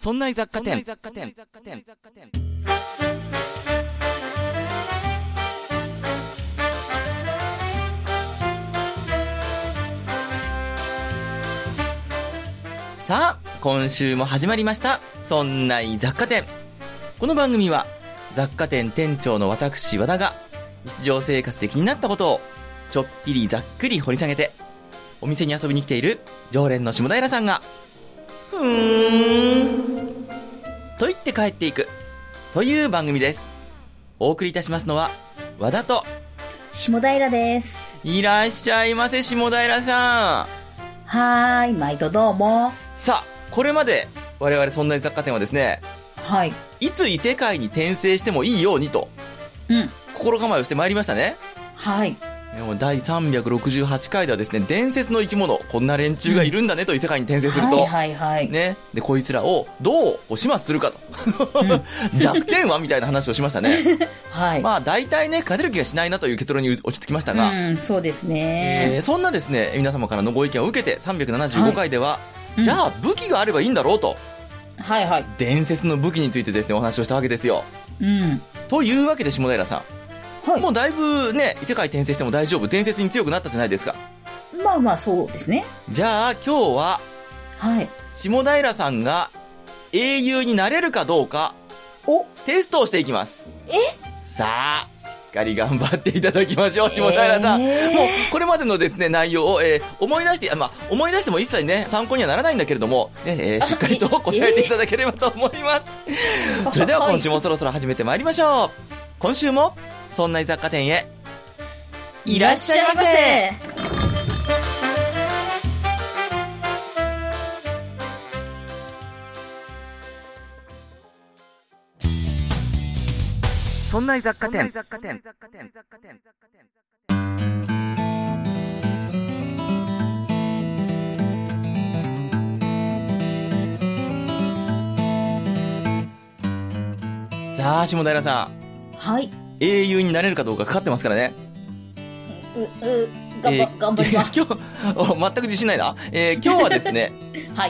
そんな雑貨店。さあ、今週も始まりました。そんな雑貨店。この番組は雑貨店店長の私和田が日常生活で気になったことをちょっぴりざっくり掘り下げて、お店に遊びに来ている常連の下平さんがふーんと言って帰っていくという番組です。お送りいたしますのは和田と下平です。 いらっしゃいませ、下平さん。 はーい、毎度どうも。 さあ、これまで我々そんな雑貨店はですね、 はい、 いつ異世界に転生してもいいようにと、心構えをしてまいりましたね。 はい。 第368回ではですね、伝説の生き物、こんな連中がいるんだねと異世界に転生すると、ね、でこいつらをどう始末するかと、弱点はみたいな話をしましたね。はい。まあ大体ね、勝てる気がしないなという結論に落ち着きましたが、 そうですね。 そんなですね、皆様からのご意見を受けて375回では、じゃあ武器があればいいんだろうと、 はいはい。 伝説の武器についてですね、お話をしたわけですよ。というわけで下平さん。はい、もうだいぶね、異世界転生しても大丈夫、伝説に強くなったじゃないですか。 まあまあそうですね。 じゃあ今日は、はい、下平さんが英雄になれるかどうかテストをしていきます。さあ、しっかり頑張っていただきましょう、下平さん。もうこれまでのですね、内容を、思い出して、思い出しても一切ね、参考にはならないんだけれども、しっかりと答えていただければと思います。それでは今週もそろそろ始めてまいりましょう。今週もそんな雑貨店へいらっしゃいませ。そんな雑貨店。さあ、下平さん。はい。英雄になれるかどうかかかってますからね。 頑張ります。 今日、全く自信ないな。今日はですね、はい。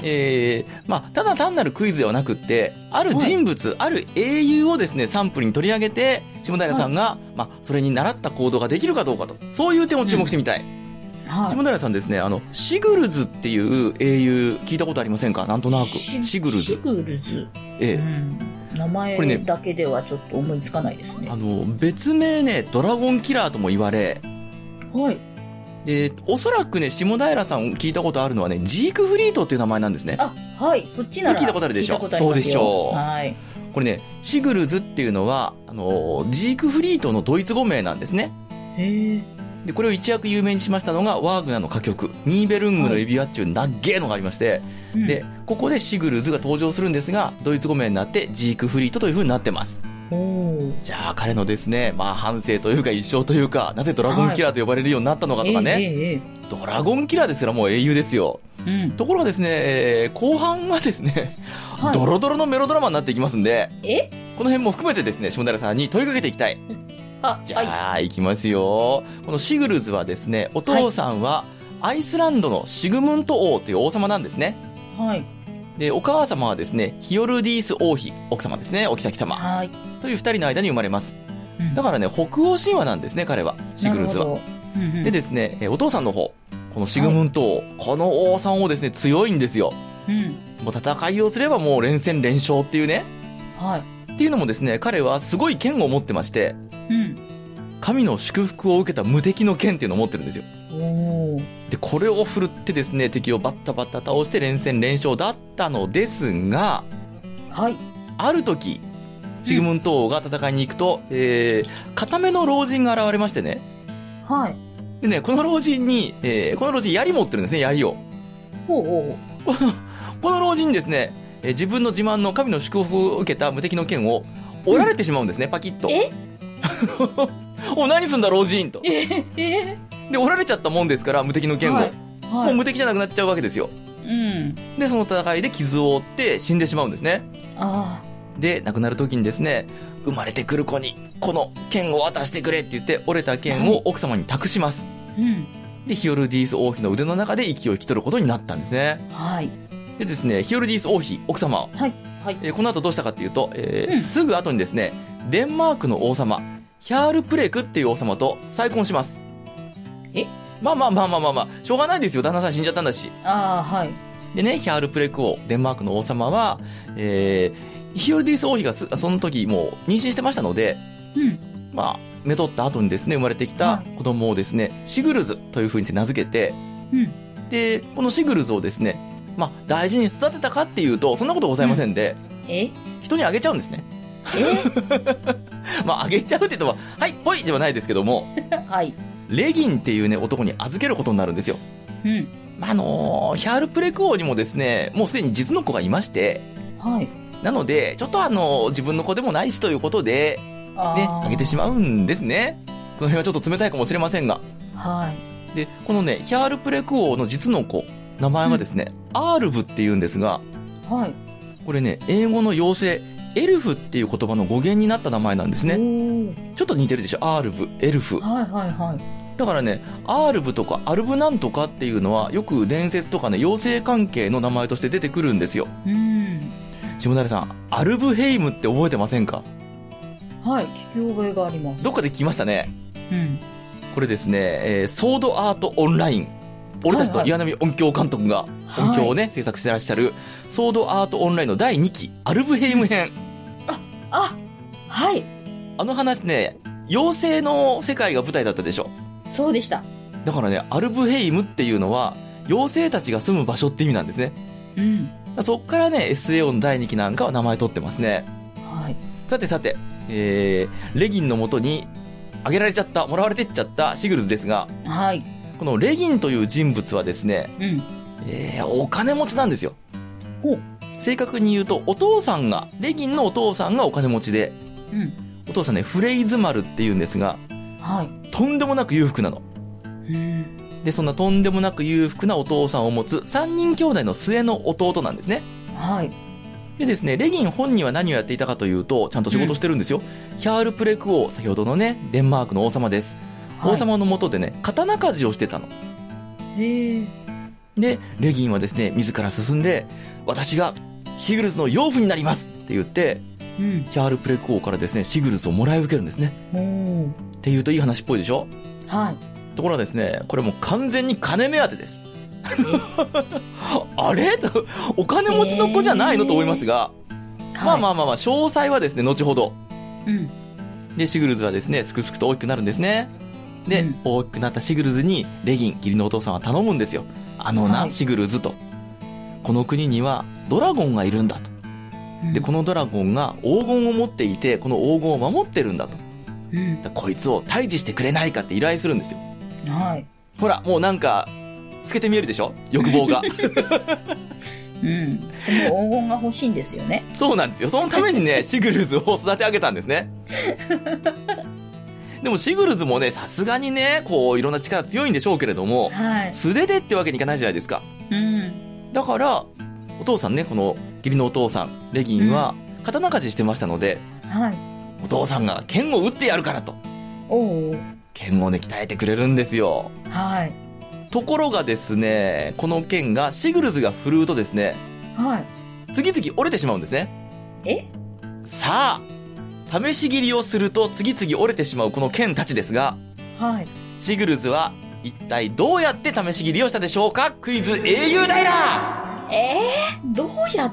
ただ単なるクイズではなくって、ある人物、はい、ある英雄をですね、サンプルに取り上げて、下平さんが、はい、それに習った行動ができるかどうかと、そういう点を注目してみたい。はい、下平さんですね、シグルズっていう英雄、聞いたことありませんか？なんとなく。シグルズ。 シグルズ。名前だけではちょっと思いつかないですね。 別名ね、ドラゴンキラーとも言われ、 はい。 で、おそらくね、下平さん聞いたことあるのはね、ジークフリートっていう名前なんですね。 あ、はい、そっちなら。 聞いたことあるでしょ。そうでしょう。はい。これね、シグルズっていうのは、ジークフリートのドイツ語名なんですね。 へで、これを一躍有名にしましたのが、ワーグナーの歌曲、ニーベルングの指輪っていうなっげーのがありまして、で、ここでシグルズが登場するんですが、ドイツ語名になって、ジークフリートという風になってます。じゃあ彼のですね、半生というか一生というか、なぜドラゴンキラーと呼ばれるようになったのかとかね、ドラゴンキラーですらもう英雄ですよ。ところがですね、後半はですね、ドロドロのメロドラマになっていきますんで、この辺も含めてですね、下平さんに問いかけていきたい。じゃあ、いきますよ。このシグルズはですね、お父さんはアイスランドのシグムント王という王様なんですね。 はい。 で、お母様はですね、ヒヨルディース王妃、奥様ですね、お妃様。はい。という二人の間に生まれます。だからね、北欧神話なんですね、彼は。シグルズは。でですね、お父さんの方、このシグムント王、この王さんをですね、強いんですよ。もう戦いをすればもう連戦連勝っていうね。はい。っていうのもですね、彼はすごい剣を持ってまして、神の祝福を受けた無敵の剣っていうのを持ってるんですよ。で、これを振るってですね、敵をバッタバッタ倒して連戦連勝だったのですが、はい。ある時、シグムント王が戦いに行くと、固めの老人が現れましてね。はい。でね、この老人槍持ってるんですね、槍を。この老人にですね、自分の自慢の神の祝福を受けた無敵の剣を折られてしまうんですね、パキッと。何すんだ老人と。で、折られちゃったもんですから、無敵の剣を。もう無敵じゃなくなっちゃうわけですよ。で、その戦いで傷を負って死んでしまうんですね。で、亡くなる時にですね、生まれてくる子にこの剣を渡してくれって言って折れた剣を奥様に託します。で、ヒヨルディース王妃の腕の中で息を引き取ることになったんですね。 でですね、ヒオルディス王妃、奥様を、 はい。はい。 この後どうしたかっていうと、すぐ後にですね、デンマークの王様、ヒャールプレクっていう王様と再婚します。まあ、しょうがないですよ。旦那さん死んじゃったんだし。 はい。 でね、ヒャールプレク王、デンマークの王様は、ヒオルディス王妃がその時もう妊娠してましたので、まあ、めとった後にですね、生まれてきた子供をですね、シグルズという風に名付けて、で、このシグルズをですね、まあ、大事に育てたかっていうと、そんなことございませんで、人にあげちゃうんですね。まあ、あげちゃうって言っても、はい、ぽいではないですけども、 はい。 レギンっていうね、男に預けることになるんですよ。まあ、ヒャールプレク王にもですね、もうすでに実の子がいまして、 はい。 なので、ちょっと自分の子でもないしということで、ね、あげてしまうんですね。この辺はちょっと冷たいかもしれませんが。 はい。 で、このね、ヒャールプレク王の実の子、名前がですね、アールブって言うんですが、 はい。 これね、英語の妖精、エルフっていう言葉の語源になった名前なんですね。ちょっと似てるでしょ、アールブ、エルフ。 はいはいはい。 だからね、アールブとかアルブなんとかっていうのは、よく伝説とかね、妖精関係の名前として出てくるんですよ。下平さん、アルブヘイムって覚えてませんか？ はい、聞き覚えがあります。 どっかで聞きましたね。これですね、ソードアートオンライン。俺たちの岩波音響監督が音響をね、制作してらっしゃる、ソードアートオンラインの第2期、アルブヘイム編。 はい。 あの話ね、妖精の世界が舞台だったでしょ。 そうでした。 だからね、アルブヘイムっていうのは、妖精たちが住む場所って意味なんですね。そっからね、SAO の第2期なんかは名前取ってますね。 はい。 さて、レギンの元にあげられちゃった、もらわれてっちゃったシグルズですが、 はい。 このレギンという人物はですね、お金持ちなんですよ。正確に言うと、レギンのお父さんがお金持ちで、お父さんね、フレイズマルって言うんですが、とんでもなく裕福なの。で、そんなとんでもなく裕福なお父さんを持つ3人兄弟の末の弟なんですね。 はい。 でですね、レギン本人は何をやっていたかというと、ちゃんと仕事してるんですよ。ヒャールプレク王、先ほどのね、デンマークの王様です。王様の下でね、刀鍛冶をしてたの。で、レギンはですね、自ら進んで、私がシグルズの養父になりますって言って、ヒャールプレク王からですね、シグルズをもらい受けるんですね。って言うといい話っぽいでしょ？ はい。 ところがですね、これもう完全に金目当てです。あれお金持ちの子じゃないのと思いますが、まあ、詳細はですね、後ほど。で、シグルズはですね、すくすくと大きくなるんですね。で、大きくなったシグルズに、レギン、義理のお父さんは頼むんですよ。シグルズと。この国にはドラゴンがいるんだと。で、このドラゴンが黄金を持っていて、この黄金を守ってるんだと。こいつを退治してくれないかって依頼するんですよ。 はい。 ほら、もうなんか、透けて見えるでしょ？欲望が。 その黄金が欲しいんですよね。 そうなんですよ。そのためにね、シグルズを育て上げたんですね。でもシグルズもね、さすがにね、こう、いろんな力強いんでしょうけれども、素手でってわけにいかないじゃないですか。だから、お父さんね、この義理のお父さん、レギンは、刀鍛冶してましたので、お父さんが剣を打ってやるからと。剣をね、鍛えてくれるんですよ。ところがですね、この剣が、シグルズが振るうとですね、次々折れてしまうんですね。さあ、試し切りをすると次々折れてしまうこの剣たちですが、シグルズは一体どうやって試し切りをしたでしょうか？クイズ英雄大だ！ どうやって？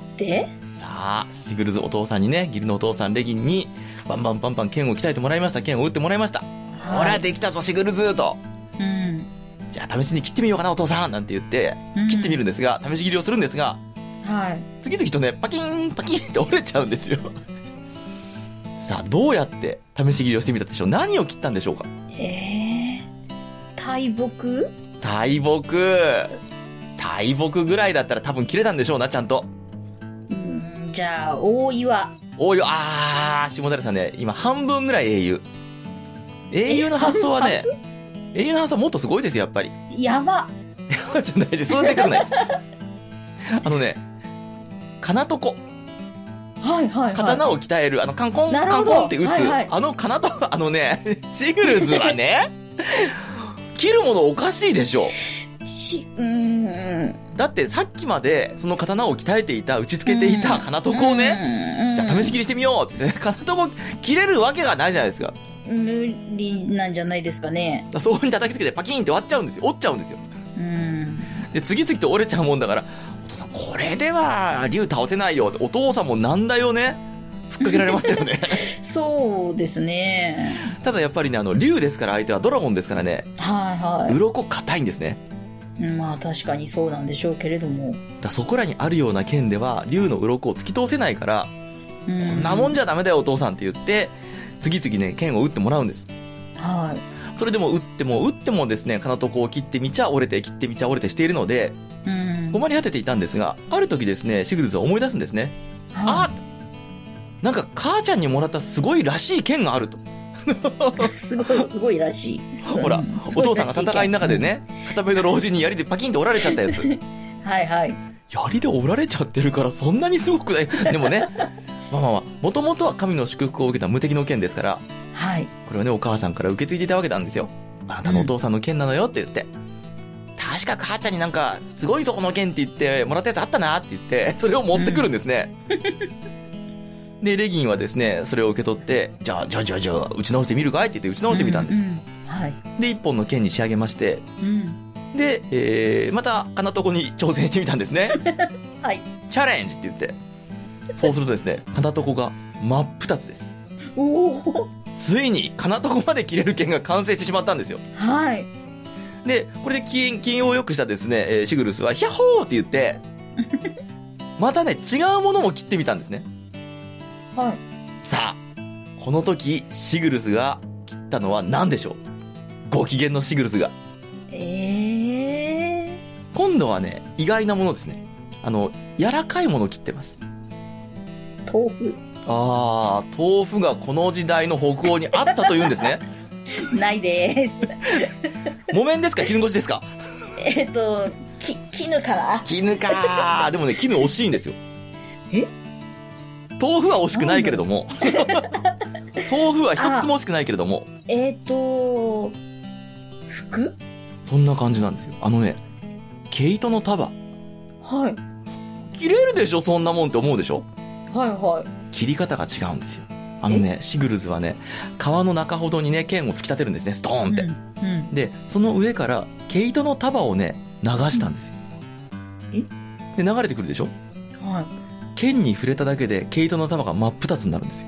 さあ、シグルズお父さんにね、義理のお父さんレギンに、バンバン剣を鍛えてもらいました。剣を打ってもらいました。ほら、できたぞ、シグルズと。じゃあ試しに切ってみようかな、お父さんなんて言って、切ってみるんですが、試し切りをするんですが、次々とね、パキーンって折れちゃうんですよ。さあ、どうやって試し切りをしてみたでしょう？何を切ったんでしょうか？ 大木ぐらいだったら多分切れたんでしょうな、ちゃんと。 じゃあ、大岩。 下平さんね、今半分ぐらい英雄。英雄の発想はね、英雄の発想はもっとすごいですよ、やっぱり。 山じゃないです。そんなでかくないです。金床。刀を鍛える、カンコンって打つ、金床、シグルズはね、切るものおかしいでしょ。 だってさっきまでその刀を鍛えていた、打ち付けていた金床をね、じゃあ試し切りしてみようって、ね、金床切れるわけがないじゃないですか。 無理なんじゃないですかね。 そこに叩きつけてパキーンって割っちゃうんですよ。折っちゃうんですよ。で、次々と折れちゃうもんだから、お父さんこれでは竜倒せないよって、お父さんも難題をね、ふっかけられましたよね。 そうですね。 ただやっぱりね、竜ですから、相手はドラゴンですからね、鱗硬いんですね。 まあ確かにそうなんでしょうけれども、 そこらにあるような剣では竜の鱗を突き通せないから、こんなもんじゃダメだよお父さんって言って、次々ね剣を打ってもらうんです。それでも打ってもですね、金床を切ってみちゃ折れて、切ってみちゃ折れてしているので、困り果てていたんですが、ある時ですね、シグルズは思い出すんですね。なんか母ちゃんにもらったすごいらしい剣があると。 すごいらしい。 ほら、お父さんが戦いの中でね、片目の老人に槍でパキンって折られちゃったやつ。槍で折られちゃってるからそんなにすごくない。でもね、もともとは神の祝福を受けた無敵の剣ですから、これをね、お母さんから受け継いでいたわけなんですよ。あなたのお父さんの剣なのよって言って。確か母ちゃんになんか、すごいぞこの剣って言ってもらったやつあったなって言って、それを持ってくるんですね。で、レギンはですね、それを受け取って、じゃあ、打ち直してみるかいって言って打ち直してみたんです。で、一本の剣に仕上げまして、で、また、金床に挑戦してみたんですね。チャレンジって言って。そうするとですね、金床が真っ二つです。ついに、金床まで切れる剣が完成してしまったんですよ。で、これで機嫌を良くしたですね、シグルスは、ヒャッホーって言って、またね、違うものも切ってみたんですね。さあ、この時、シグルスが切ったのは何でしょう？ご機嫌のシグルスが。今度はね、意外なものですね。柔らかいものを切ってます。 豆腐。 豆腐がこの時代の北欧にあったというんですね。 ないです。 木綿ですか？絹ごしですか？ 絹かな？ 絹か。でもね、絹惜しいんですよ。豆腐は惜しくないけれども。豆腐は一つも惜しくないけれども。 服？ そんな感じなんですよ。毛糸の束。切れるでしょそんなもんって思うでしょ。切り方が違うんですよ。シグルズはね、皮の中ほどにね、剣を突き立てるんですね、ストーンって。で、その上から毛糸の束をね、流したんですよ。で、流れてくるでしょ。剣に触れただけで毛糸の束が真っ二つになるんですよ。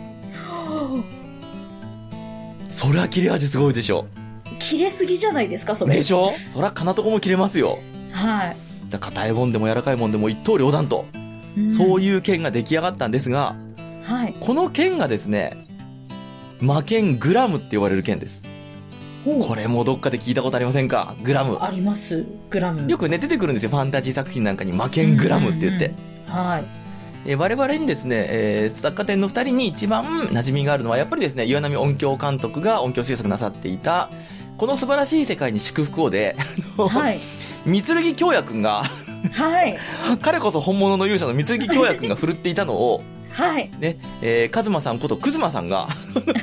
そりゃ切れ味すごいでしょ。 切れすぎじゃないですか、それ。 でしょ。そりゃ金床も切れますよ。硬いもんでも柔らかいもんでも一刀両断と、そういう剣が出来上がったんですが、この剣がですね、魔剣グラムって呼ばれる剣です。これもどっかで聞いたことありませんか？グラム。 あります、グラム。 よくね、出てくるんですよ、ファンタジー作品なんかに魔剣グラムって言って。我々にですね、作家展の2人に一番馴染みがあるのは、やっぱりですね、岩波音響監督が音響制作なさっていた、この素晴らしい世界に祝福をで、三剣京也くんが、彼こそ本物の勇者の三剣京也くんが振るっていたのを、ね、カズマさんことクズマさんが、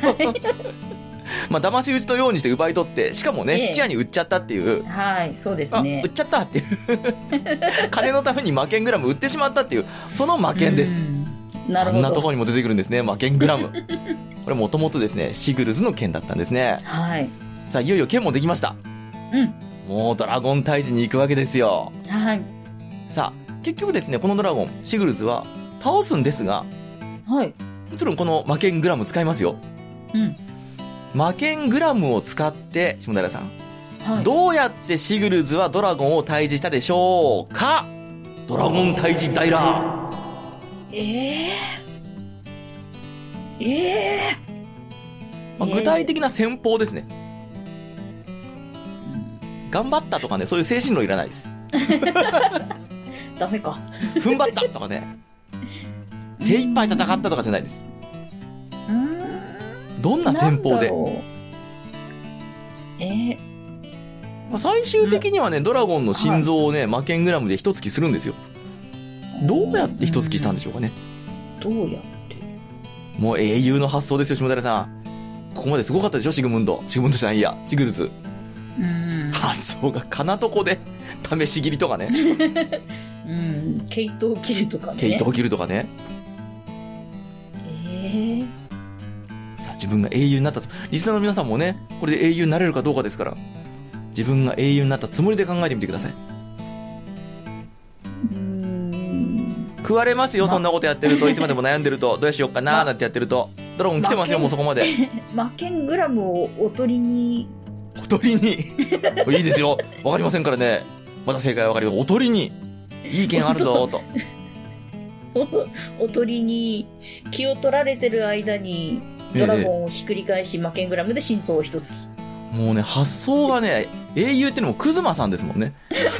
騙し討ちのようにして奪い取って、しかもね、質屋に売っちゃったっていう。 そうですね。 売っちゃったっていう。金のために魔剣グラム売ってしまったっていう、その魔剣です。 なるほど。 あんなところにも出てくるんですね、魔剣グラム。これもともとですね、シグルズの剣だったんですね。さあ、いよいよ剣もできました。もうドラゴン退治に行くわけですよ。さあ、結局ですね、このドラゴン、シグルズは倒すんですが、もちろんこの魔剣グラム使いますよ。魔剣グラムを使って、下平さん、どうやってシグルズはドラゴンを退治したでしょうか？ドラゴン退治ダイラー。具体的な戦法ですね。頑張ったとかね、そういう精神論いらないです。 ダメか。 踏ん張ったとかね、精一杯戦ったとかじゃないです。どんな戦法で。最終的にはね、ドラゴンの心臓をね、魔剣グラムで一突きするんですよ。どうやって一突きしたんでしょうかね。 どうやって。 もう英雄の発想ですよ、下平さん。ここまですごかったでしょ、シグムンドじゃないや、シグルズ。 発想が金床で試し切りとかね。 うん、毛糸を切るとかね。 毛糸を切るとかね。さあ、自分が英雄になったリスナーの皆さんもね、これで英雄になれるかどうかですから、自分が英雄になったつもりで考えてみてください。食われますよ、そんなことやってると。いつまでも悩んでると、どうしようかなーなんてやってると。ドラゴン来てますよ、もうそこまで。 マケングラムをおとりに。 おとりに。いいですよ。わかりませんからね。まだ正解はわかります。おとりに。いい意見あるぞ、と。 おとりに気を取られてる間に、ドラゴンをひっくり返し、マケングラムで心臓を一突き。 もうね、発想がね、英雄ってのもクズマさんですもんね。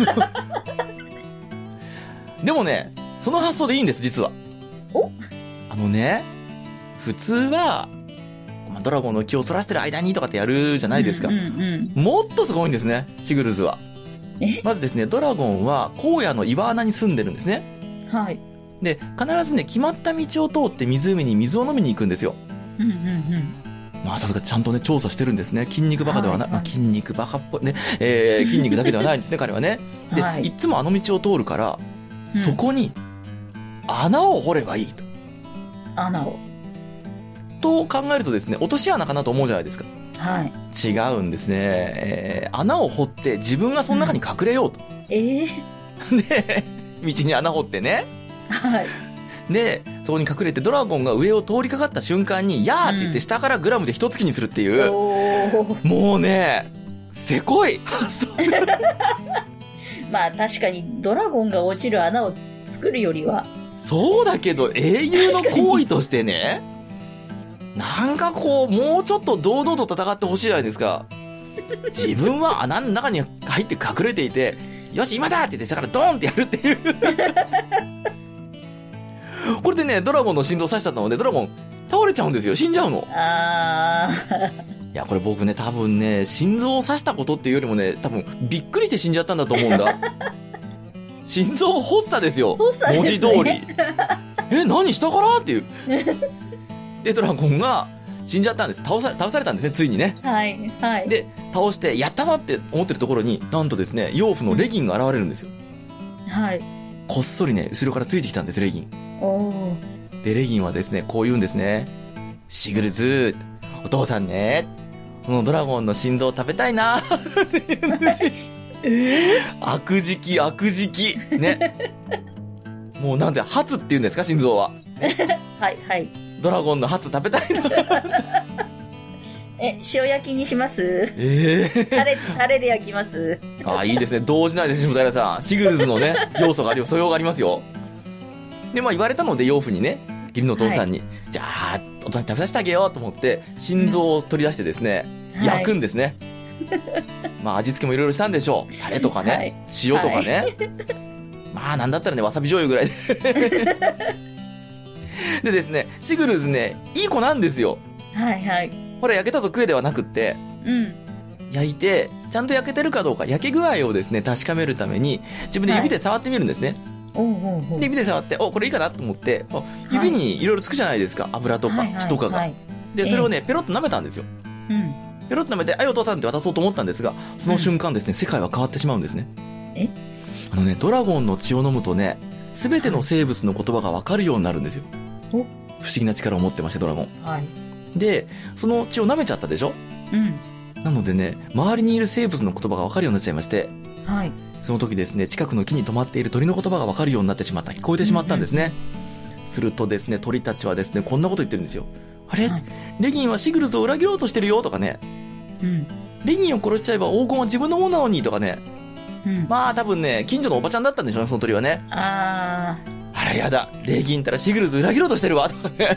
でもね、その発想でいいんです、実は。 お？ 普通は、ドラゴンの気をそらしてる間にとかってやるじゃないですか。もっとすごいんですね、シグルズは。まずですね、ドラゴンは荒野の岩穴に住んでるんですね。 はい。 で、必ずね、決まった道を通って湖に水を飲みに行くんですよ。まあ、さすがちゃんとね、調査してるんですね。筋肉バカではない、筋肉バカっぽいね、筋肉だけではないんですね、彼はね。で、いつもあの道を通るから、そこに、穴を掘ればいいと。 穴を。 と考えるとですね、落とし穴かなと思うじゃないですか。 はい。 違うんですね。穴を掘って自分がその中に隠れようと。で、道に穴掘ってね。 はい。 で、そこに隠れてドラゴンが上を通りかかった瞬間に、やーって言って下からグラムで一突きにするっていう。もうね、せこい。 まあ確かにドラゴンが落ちる穴を作るよりは。 そうだけど、英雄の行為としてね、なんかこう、もうちょっと堂々と戦ってほしいじゃないですか。自分は穴の中に入って隠れていて、よし、今だって言って下からドーンってやるっていう。これでね、ドラゴンの心臓を刺したので、ドラゴン倒れちゃうんですよ。死んじゃうの。いや、これ僕ね、多分ね、心臓を刺したことっていうよりもね、多分びっくりして死んじゃったんだと思うんだ。心臓発作ですよ。文字通り。何下からっていう。で、ドラゴンが死んじゃったんです。倒されたんですね、ついにね。 はい、はい。 で、倒して、やったぞって思ってるところに、なんとですね、養父のレギンが現れるんですよ。 はい。 こっそりね、後ろからついてきたんです、レギン。で、レギンはですね、こう言うんですね。シグルズ、お父さんね、そのドラゴンの心臓食べたいなって言うんですよ。悪時期。ね。もうなんで、ハツって言うんですか、心臓は。 はい、はい。 ドラゴンのハツ食べたいな。 塩焼きにします？タレで焼きます？ いいですね。動じないです、下平さん。シグルズのね、要素が素養がありますよ。で、まあ言われたので、養父にね、義理のお父さんに、じゃあ、お父さんに食べさせてあげようと思って、心臓を取り出してですね、焼くんですね。まあ味付けもいろいろしたんでしょう。タレとかね、塩とかね。まあなんだったらね、わさび醤油ぐらいで。でですね、シグルズね、いい子なんですよ。 はいはい。 ほら、焼けたぞ食えではなくって、焼いて、ちゃんと焼けてるかどうか、焼け具合をですね、確かめるために、自分で指で触ってみるんですね。で、指で触って、これいいかなと思って、指にいろいろつくじゃないですか。油とか血とかが。で、それをね、ペロッと舐めたんですよ。ペロッと舐めて、お父さんって渡そうと思ったんですが、その瞬間ですね、世界は変わってしまうんですね。ドラゴンの血を飲むとね、すべての生物の言葉がわかるようになるんですよ。不思議な力を持ってまして、ドラゴン。で、その血を舐めちゃったでしょ？なのでね、周りにいる生物の言葉がわかるようになっちゃいまして、その時ですね、近くの木に止まっている鳥の言葉がわかるようになってしまった。聞こえてしまったんですね。するとですね、鳥たちはですね、こんなこと言ってるんですよ。あれ、レギンはシグルズを裏切ろうとしてるよとかね。レギンを殺しちゃえば黄金は自分のものなのにとかね。まあ多分ね、近所のおばちゃんだったんでしょうね、その鳥はね。あらやだ、レギンたらシグルズ裏切ろうとしてるわとかね。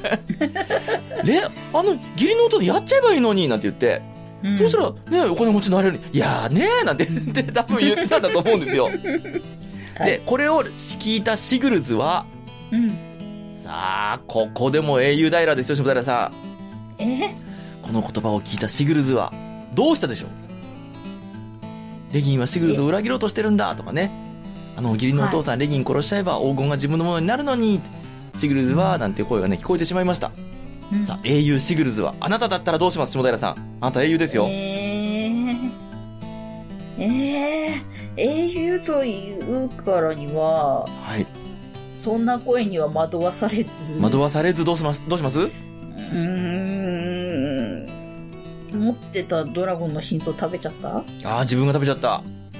義理の弟でやっちゃえばいいのになんて言って、そしたらね、お金持ちになれる。いやーねーなんて言って多分言ってたんだと思うんですよ。で、これを聞いたシグルズは、さあ、ここでも英雄平ですよ、下平さん。この言葉を聞いたシグルズは、どうしたでしょう？レギンはシグルズを裏切ろうとしてるんだとかね。義理のお父さん、レギン殺しちゃえば黄金が自分のものになるのに、シグルズは、なんていう声がね、聞こえてしまいました。さあ、英雄シグルズは、あなただったらどうします？下平さん。あなた英雄ですよ。 英雄というからには、 はい。 そんな声には惑わされず。 惑わされずどうします？ 持ってたドラゴンの心臓食べちゃった？ 自分が食べちゃった。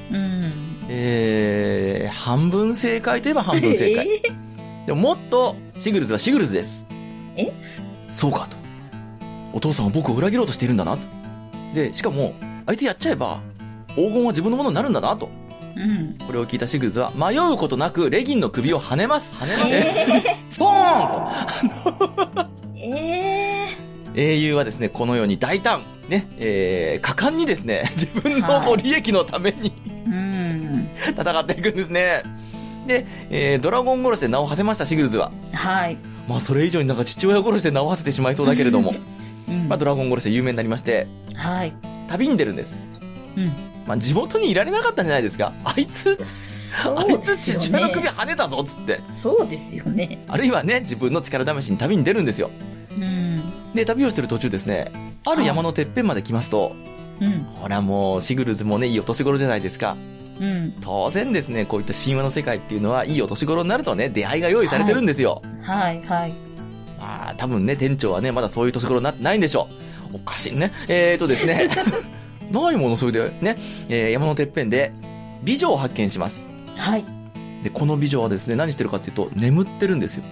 半分正解といえば半分正解。でももっと、シグルズはシグルズです。そうかと。お父さんは僕を裏切ろうとしているんだなと。で、しかも、あいつやっちゃえば、黄金は自分のものになるんだなと。これを聞いたシグルズは、迷うことなくレギンの首を跳ねます。スポーンと英雄はですね、このように大胆、ね、果敢にですね、自分の利益のために、戦っていくんですね。で、ドラゴン殺しで名を馳せました、シグルズは。はい。まあ、それ以上になんか父親殺しで名を馳せてしまいそうだけれども、まあ、ドラゴン殺しで有名になりまして、はい。旅に出るんです。まあ、地元にいられなかったんじゃないですか。あいつ父親の首跳ねたぞ、つって。 そうですよね。 あるいはね、自分の力試しに旅に出るんですよ。で、旅をしてる途中ですね、ある山のてっぺんまで来ますと、ほらもう、シグルズもね、いいお年頃じゃないですか。当然ですね、こういった神話の世界っていうのは、いいお年頃になるとね、出会いが用意されてるんですよ。はい。まあ、多分ね、店長はね、まだそういう年頃になってないんでしょう。おかしいね。ですね、ないもの、それでね、山のてっぺんで、美女を発見します。はい。で、この美女はですね、何してるかっていうと、眠ってるんですよ。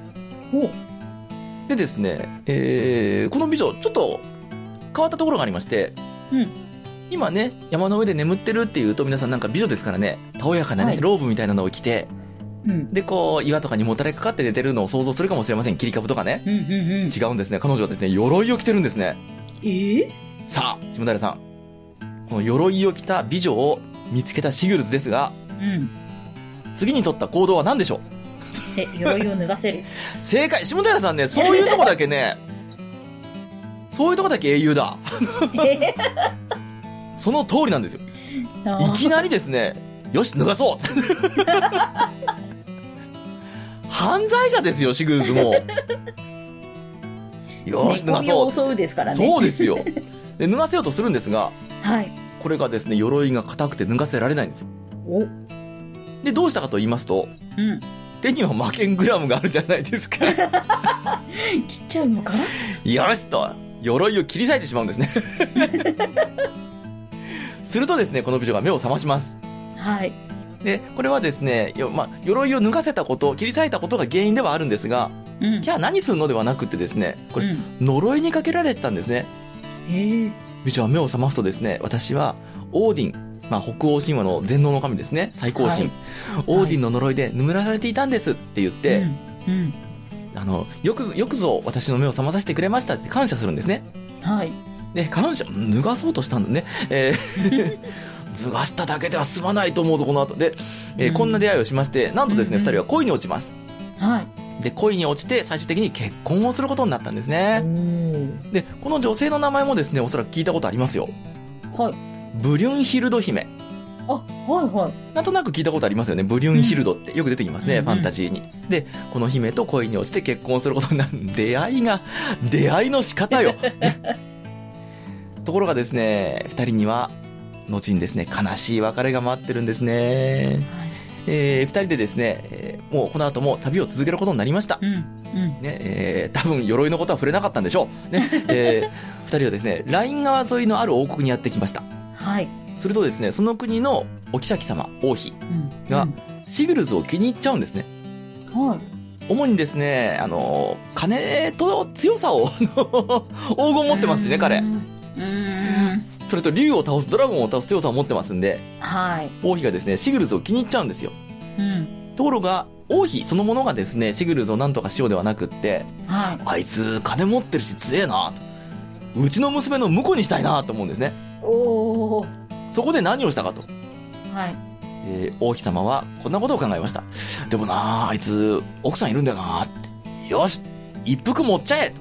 でですね、この美女、ちょっと変わったところがありまして、今ね、山の上で眠ってるっていうと、皆さんなんか美女ですからね、たおやかなね、ローブみたいなのを着て、で、こう、岩とかにもたれかかって寝てるのを想像するかもしれません。切り株とかね。違うんですね。彼女はですね、鎧を着てるんですね。さあ、下平さん。この鎧を着た美女を見つけたシグルズですが、次に取った行動は何でしょう？ 鎧を脱がせる。 正解。下平さんね、そういうとこだけね、そういうとこだけ英雄だ。その通りなんですよ。いきなりですね、よし、脱がそう犯罪者ですよ、シグルズも。よし、脱がそう。 襲うですからね。 そうですよ。で、脱がせようとするんですが、はい。これがですね、鎧が硬くて脱がせられないんですよ。で、どうしたかと言いますと、手には魔剣グラムがあるじゃないですか。 切っちゃうのか？ よしと、鎧を切り裂いてしまうんですね。するとですね、この美女が目を覚まします。はい。で、これはですね、鎧を脱がせたこと、切り裂いたことが原因ではあるんですが、じゃあ何すんのではなくてですね、これ、呪いにかけられてたんですね。美女は目を覚ますとですね、私は、オーディン、北欧神話の全能の神ですね、最高神、オーディンの呪いで眠らされていたんですって言って、よくぞ私の目を覚まさせてくれましたって感謝するんですね。はい。で、感謝、脱がそうとしたんだね。脱がしただけでは済まないと思うぞ、この後。で、こんな出会いをしまして、なんとですね、二人は恋に落ちます。はい。で、恋に落ちて、最終的に結婚をすることになったんですね。で、この女性の名前もですね、おそらく聞いたことありますよ。はい。ブリュンヒルド姫。なんとなく聞いたことありますよね。ブリュンヒルドってよく出てきますね、ファンタジーに。で、この姫と恋に落ちて結婚することになる。出会いの仕方よ。ね、ところがですね、二人には、後にですね、悲しい別れが待ってるんですね。二人でですね、もうこの後も旅を続けることになりました。ね、多分鎧のことは触れなかったんでしょう。ね、二人はですね、ライン川沿いのある王国にやってきました。はい。するとですね、その国のお妃様、王妃が、シグルズを気に入っちゃうんですね。はい。主にですね、金と強さを、黄金持ってますしね、彼。それと竜を倒す、ドラゴンを倒す強さを持ってますんで、はい。王妃がですね、シグルズを気に入っちゃうんですよ。ところが、王妃そのものがですね、シグルズを何とかしようではなくって、はい。あいつ、金持ってるし強えなと。うちの娘の婿にしたいなと思うんですね。そこで何をしたかと。はい。王妃様はこんなことを考えました。でもなあいつ、奥さんいるんだよなって。よし一服持っちゃえと。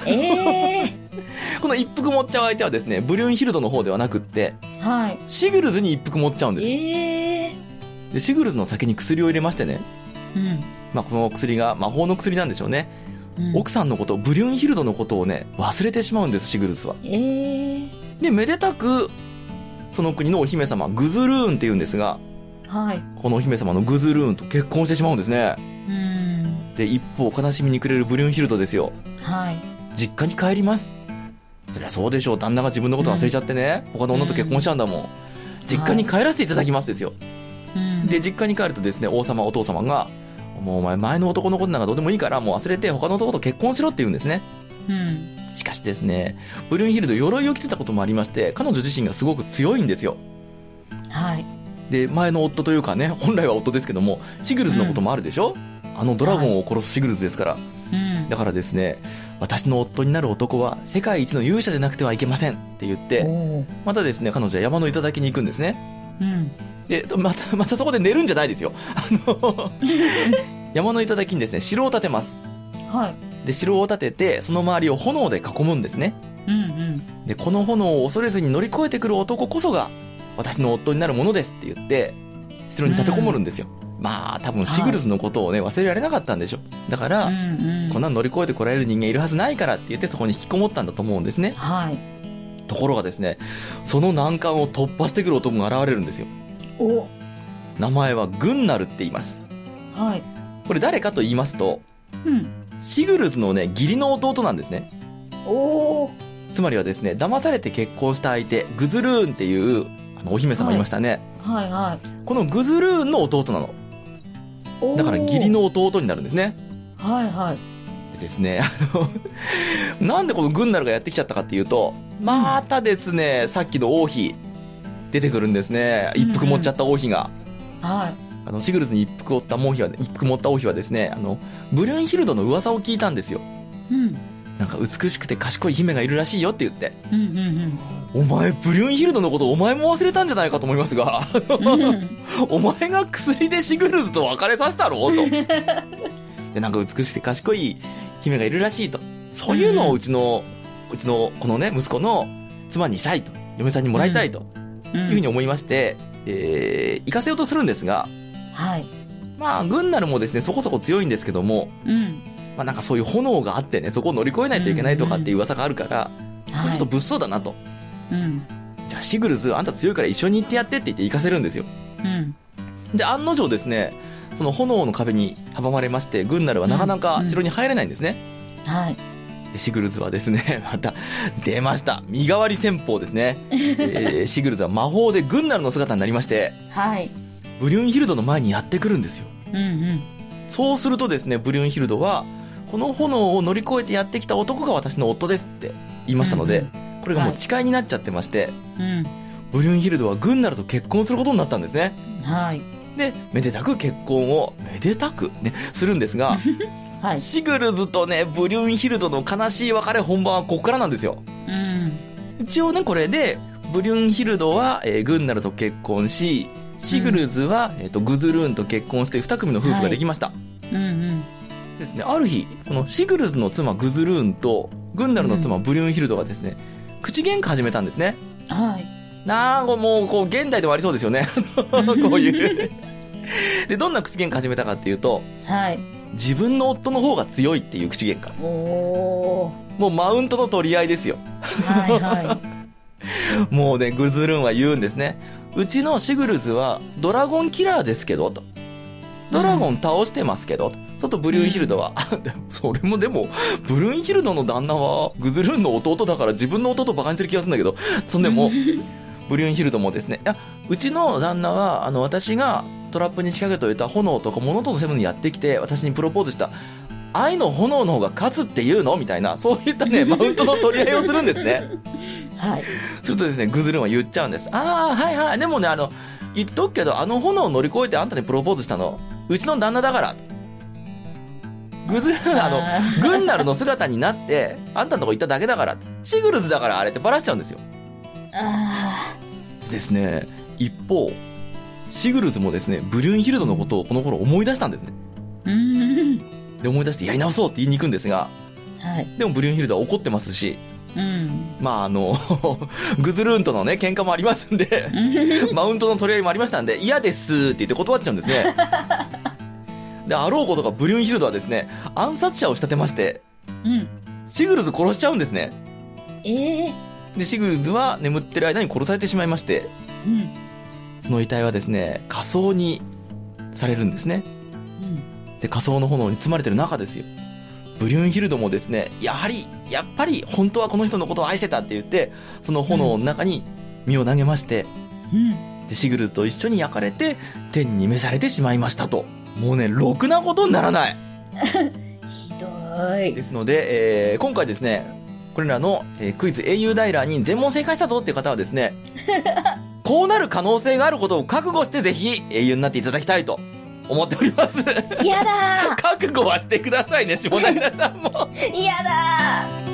この一服持っちゃう相手はですね、ブリュンヒルドの方ではなくって、はい。シグルズに一服持っちゃうんです。で、シグルズの先に薬を入れましてね。この薬が魔法の薬なんでしょうね。奥さんのこと、ブリュンヒルドのことをね、忘れてしまうんです、シグルズは。で、めでたく、 その国のお姫様、グズルーンって言うんですが、 はい。 このお姫様のグズルーンと結婚してしまうんですね。で、一方悲しみに暮れるブリュンヒルドですよ。 はい。 実家に帰ります。そりゃそうでしょう。旦那が自分のこと忘れちゃってね、他の女と結婚しちゃうんだもん。実家に帰らせていただきますですよ。で、実家に帰るとですね、王様、お父様が、もうお前前の男のことなんかどうでもいいからもう忘れて他の男と結婚しろって言うんですね。しかしですね、ブリュンヒルド鎧を着てたこともありまして、彼女自身がすごく強いんですよ。 はい。 で、前の夫というかね、本来は夫ですけども、シグルズのこともあるでしょ、あのドラゴンを殺すシグルズですから。だからですね、私の夫になる男は世界一の勇者でなくてはいけませんって言って、またですね、彼女は山の頂に行くんですね。で、またそこで寝るんじゃないですよ。山の頂にですね、城を建てます。 はい。 で、城を建てて、その周りを炎で囲むんですね。で、この炎を恐れずに乗り越えてくる男こそが、私の夫になるものですって言って、城に立てこもるんですよ。まあ、多分シグルズのことをね、忘れられなかったんでしょ。だから、こんなの乗り越えてこられる人間いるはずないからって言ってそこに引きこもったんだと思うんですね。 はい。 ところがですね、その難関を突破してくる男が現れるんですよ。名前はグンナルって言います。 はい。 これ誰かと言いますと、シグルズのね、義理の弟なんですね。つまりはですね、騙されて結婚した相手、グズルーンっていうお姫様いましたね。 はいはい。 このグズルーンの弟なの。だから義理の弟になるんですね。 はいはい。 でですね、なんでこのグンナルがやってきちゃったかっていうと、またですね、さっきの王妃、出てくるんですね。一服持っちゃった王妃が。 はい。 シグルズに一服持った王妃はですね、ブリュンヒルドの噂を聞いたんですよ。なんか美しくて賢い姫がいるらしいよって言って。お前、ブリュンヒルドのことお前も忘れたんじゃないかと思いますが、お前が薬でシグルズと別れさせたろと。で、なんか美しくて賢い姫がいるらしいと。そういうのをうちのこのね、息子の妻にしたいと。嫁さんにもらいたいと。いうふうに思いまして、行かせようとするんですが、 はい。 まあ、グンナルもですね、そこそこ強いんですけども、まあなんかそういう炎があってね、そこを乗り越えないといけないとかっていう噂があるから、これちょっと物騒だなと。じゃあシグルズ、あんた強いから一緒に行ってやってって言って行かせるんですよ。で、案の定ですね、その炎の壁に阻まれまして、グンナルはなかなか城に入れないんですね。 はい。 で、シグルズはですね、また、出ました。身代わり戦法ですね。シグルズは魔法でグンナルの姿になりまして、 はい。 ブリュンヒルドの前にやってくるんですよ。そうするとですね、ブリュンヒルドは、この炎を乗り越えてやってきた男が私の夫ですって言いましたので、これがもう誓いになっちゃってまして、ブリュンヒルドはグンナルと結婚することになったんですね。 はい。 で、めでたく結婚を、めでたくね、するんですが、 はい、 シグルズとね、ブリュンヒルドの悲しい別れ本番はここからなんですよ。一応ね、これで、ブリュンヒルドは、グンナルと結婚し、シグルズは、グズルーンと結婚して二組の夫婦ができました。ですね、ある日、このシグルズの妻グズルーンと、グンナルの妻ブリュンヒルドがですね、口喧嘩始めたんですね。 はい。 なんかもう、こう、現代ではありそうですよね。こういう。で、どんな口喧嘩始めたかっていうと、 はい。 自分の夫の方が強いっていう口喧嘩。もうマウントの取り合いですよ。 はいはい。 もうね、グズルーンは言うんですね。うちのシグルズはドラゴンキラーですけど、と。ドラゴン倒してますけど、と。そうするとブリュンヒルドは、それもでも、ブリュンヒルドの旦那はグズルーンの弟だから自分の弟をバカにする気がするんだけど、そんでも、ブリュンヒルドもですね、いや、うちの旦那は、私がトラップに仕掛けておいた炎とか物とのセブンにやってきて、私にプロポーズした、愛の炎の方が勝つっていうのみたいな、そういったね、マウントの取り合いをするんですね。 はい。 するとですね、グズルーンは言っちゃうんです。ああ、はいはい。でもね、言っとくけど、炎を乗り越えてあんたにプロポーズしたの、うちの旦那だから。グズルーン、グンナルの姿になって、あんたのとこ行っただけだから。シグルズだからあれってバラしちゃうんですよ。ですね、一方、シグルズもですね、ブリュンヒルドのことをこの頃思い出したんですね。で、思い出してやり直そうって言いに行くんですが、 はい。 でもブリュンヒルドは怒ってますし、まあグズルーンとのね、喧嘩もありますんで、マウントの取り合いもありましたんで、嫌ですって言って断っちゃうんですね。で、あろうことかブリュンヒルドはですね、暗殺者を仕立てまして、シグルズ殺しちゃうんですね。 で、シグルズは眠ってる間に殺されてしまいまして、その遺体はですね、火葬にされるんですね。で、火葬の炎に包まれてる中ですよ。ブリュンヒルドもですね、やっぱり本当はこの人のことを愛してたって言って、その炎の中に身を投げまして、で、シグルズと一緒に焼かれて天に召されてしまいましたと。もうね、ろくなことにならない。 ひどい。 ですので、今回ですね、これらの、クイズ英雄ダイラーに全問正解したぞっていう方はですね、こうなる可能性があることを覚悟してぜひ英雄になっていただきたいと思っております。 やだー覚悟はしてくださいね、下平さんも。 やだー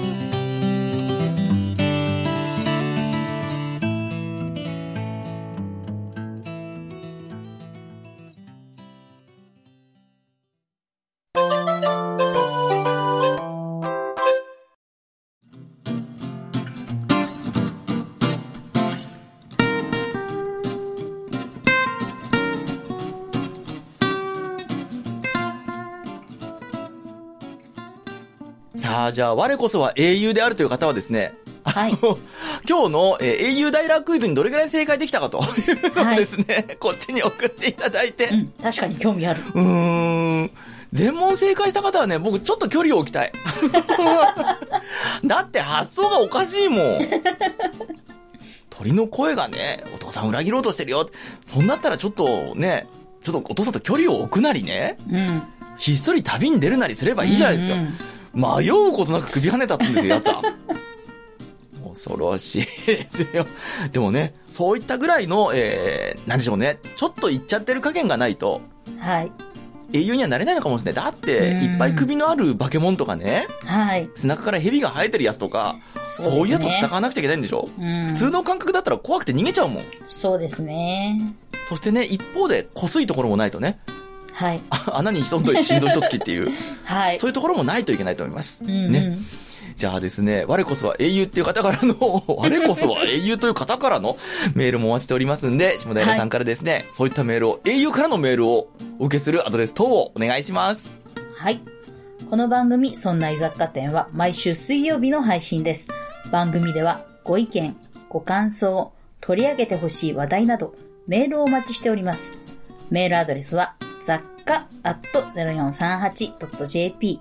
さあ、じゃあ、我こそは英雄であるという方はですね、 はい、 今日の、英雄ダイラークイズにどれぐらい正解できたかというのをですね、はい、こっちに送っていただいて。 確かに興味ある。 全問正解した方はね、僕ちょっと距離を置きたい。だって発想がおかしいもん。鳥の声がね、お父さん裏切ろうとしてるよ。そんなったらちょっとね、ちょっとお父さんと距離を置くなりね、ひっそり旅に出るなりすればいいじゃないですか。迷うことなく首跳ねたってんですよ、やつは。恐ろしいですよ。でもね、そういったぐらいの、なんでしょうね、ちょっと言っちゃってる加減がないと、 はい。 英雄にはなれないのかもしれない。だって、いっぱい首のある化け物とかね、 はい。 背中から蛇が生えてるやつとか、そういうやつと戦わなくちゃいけないんでしょ？普通の感覚だったら怖くて逃げちゃうもん。 そうですね。 そしてね、一方で、こすいところもないとね、 はい。 穴に潜んどいて心臓一つきっていう、 はい。 そういうところもないといけないと思います。ね。じゃあですね、我こそは英雄っていう方からの、我こそは英雄という方からのメールもお待ちしておりますんで、下平さんからですね、はい、そういったメールを、英雄からのメールをお受けするアドレス等をお願いします。 はい。この番組、そんな居雑貨店は毎週水曜日の配信です。番組ではご意見、ご感想、取り上げてほしい話題など、メールをお待ちしております。メールアドレスは、雑貨@0438.jp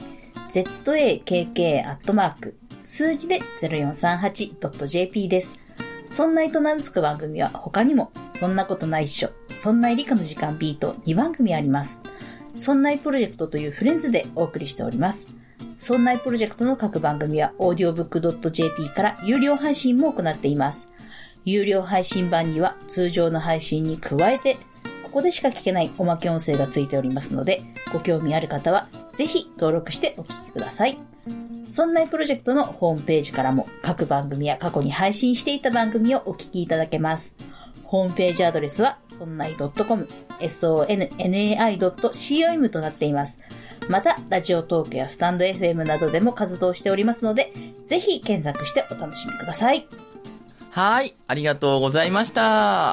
zakk@ 数字で 0438.jp です。そんないと名付く番組は他にも、そんなことないっしょ、そんない理科の時間 B と2番組あります。そんないプロジェクトというフレンズでお送りしております。そんないプロジェクトの各番組は audiobook.jp から有料配信も行っています。有料配信版には通常の配信に加えて、ここでしか聞けないおまけ音声がついておりますので、ご興味ある方はぜひ登録してお聞きください。そんないプロジェクトのホームページからも各番組や過去に配信していた番組をお聞きいただけます。ホームページアドレスはそんない .com、sonnai.com となっています。また、ラジオトークやスタンド FM などでも活動しておりますので、ぜひ検索してお楽しみください。 はい、ありがとうございました。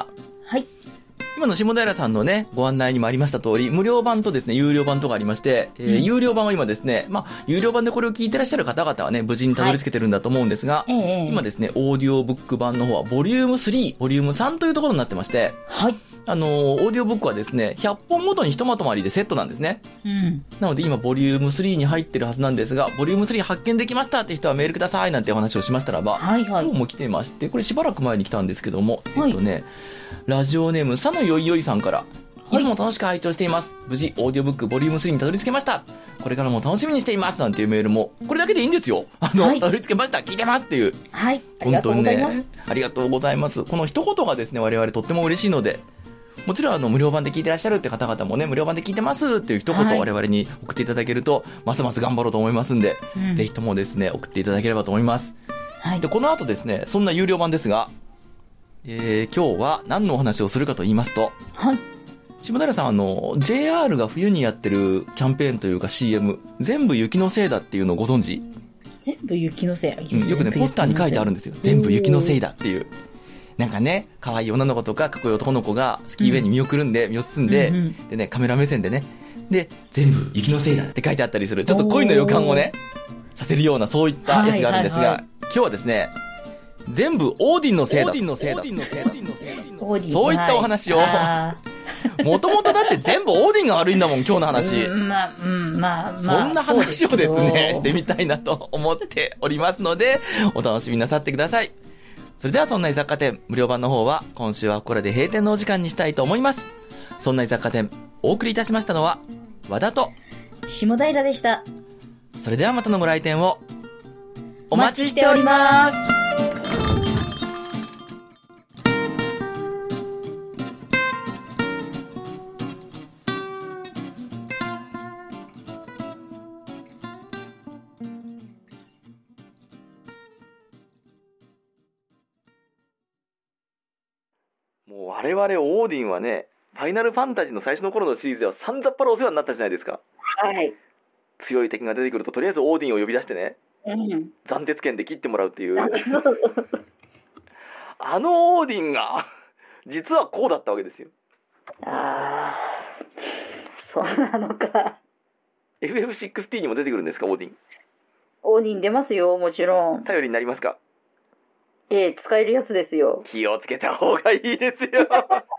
はい。 今の下平さんのね、ご案内にもありました通り、無料版とですね、有料版とかありまして、有料版は今ですね、有料版でこれを聞いてらっしゃる方々はね、無事にたどり着けてるんだと思うんですが、今ですね、オーディオブック版の方は、ボリューム3、ボリューム3というところになってまして、 はい。 オーディオブックはですね、100本ごとにひとまとまりでセットなんですね。なので今、ボリューム3に入ってるはずなんですが、ボリューム3発見できましたって人はメールくださいなんてお話をしましたらば、 はいはい。 今日も来てまして、これしばらく前に来たんですけども、ラジオネーム、さのよいよいさんから、いつも楽しく拝聴しています。無事、オーディオブックボリューム3にたどり着けました。これからも楽しみにしています。なんていうメールも、これだけでいいんですよ。たどり着けました。聞いてますっていう。 はい。ありがとうございます。 ありがとうございます。この一言がですね、我々とっても嬉しいので、もちろん無料版で聞いてらっしゃるって方々もね、無料版で聞いてますっていう一言を我々に送っていただけると、ますます頑張ろうと思いますんで、ぜひともですね、送っていただければと思います。はい。で、この後ですね、そんな有料版ですが、今日は何のお話をするかと言いますと、 はい。 下平さん、JR が冬にやってるキャンペーンというか CM、全部雪のせいだっていうのをご存知？ 全部雪のせい。 よくね、ポスターに書いてあるんですよ。全部雪のせいだっていう。なんかね、可愛い女の子とかかっこいい男の子がスキーウェイに身を包んで、でね、カメラ目線でね、で、全部雪のせいだって書いてあったりする、ちょっと恋の予感をね、させるようなそういったやつがあるんですが、今日はですね、 全部オーディンのせいだ。そういったお話を。もともとだって全部オーディンが悪いんだもん、今日の話。 まあ、 そんな話をですね、してみたいなと思っておりますので、お楽しみなさってください。それではそんな雑貨店、無料版の方は、今週はこれで閉店のお時間にしたいと思います。そんな雑貨店、お送りいたしましたのは、和田と、 下平でした。 それではまたのご来店を、お待ちしております。もう我々オーディンはね、ファイナルファンタジーの最初の頃のシリーズでは散々っぱらお世話になったじゃないですか。 はい。 強い敵が出てくるととりあえずオーディンを呼び出してね、斬鉄剣で切ってもらうっていう。あのオーディンが実はこうだったわけですよ。 ああ、そうなのか。 FF16 にも出てくるんですか、オーディン。 オーディン出ますよ、もちろん。 頼りになりますか。 使えるやつですよ。 気をつけた方がいいですよ。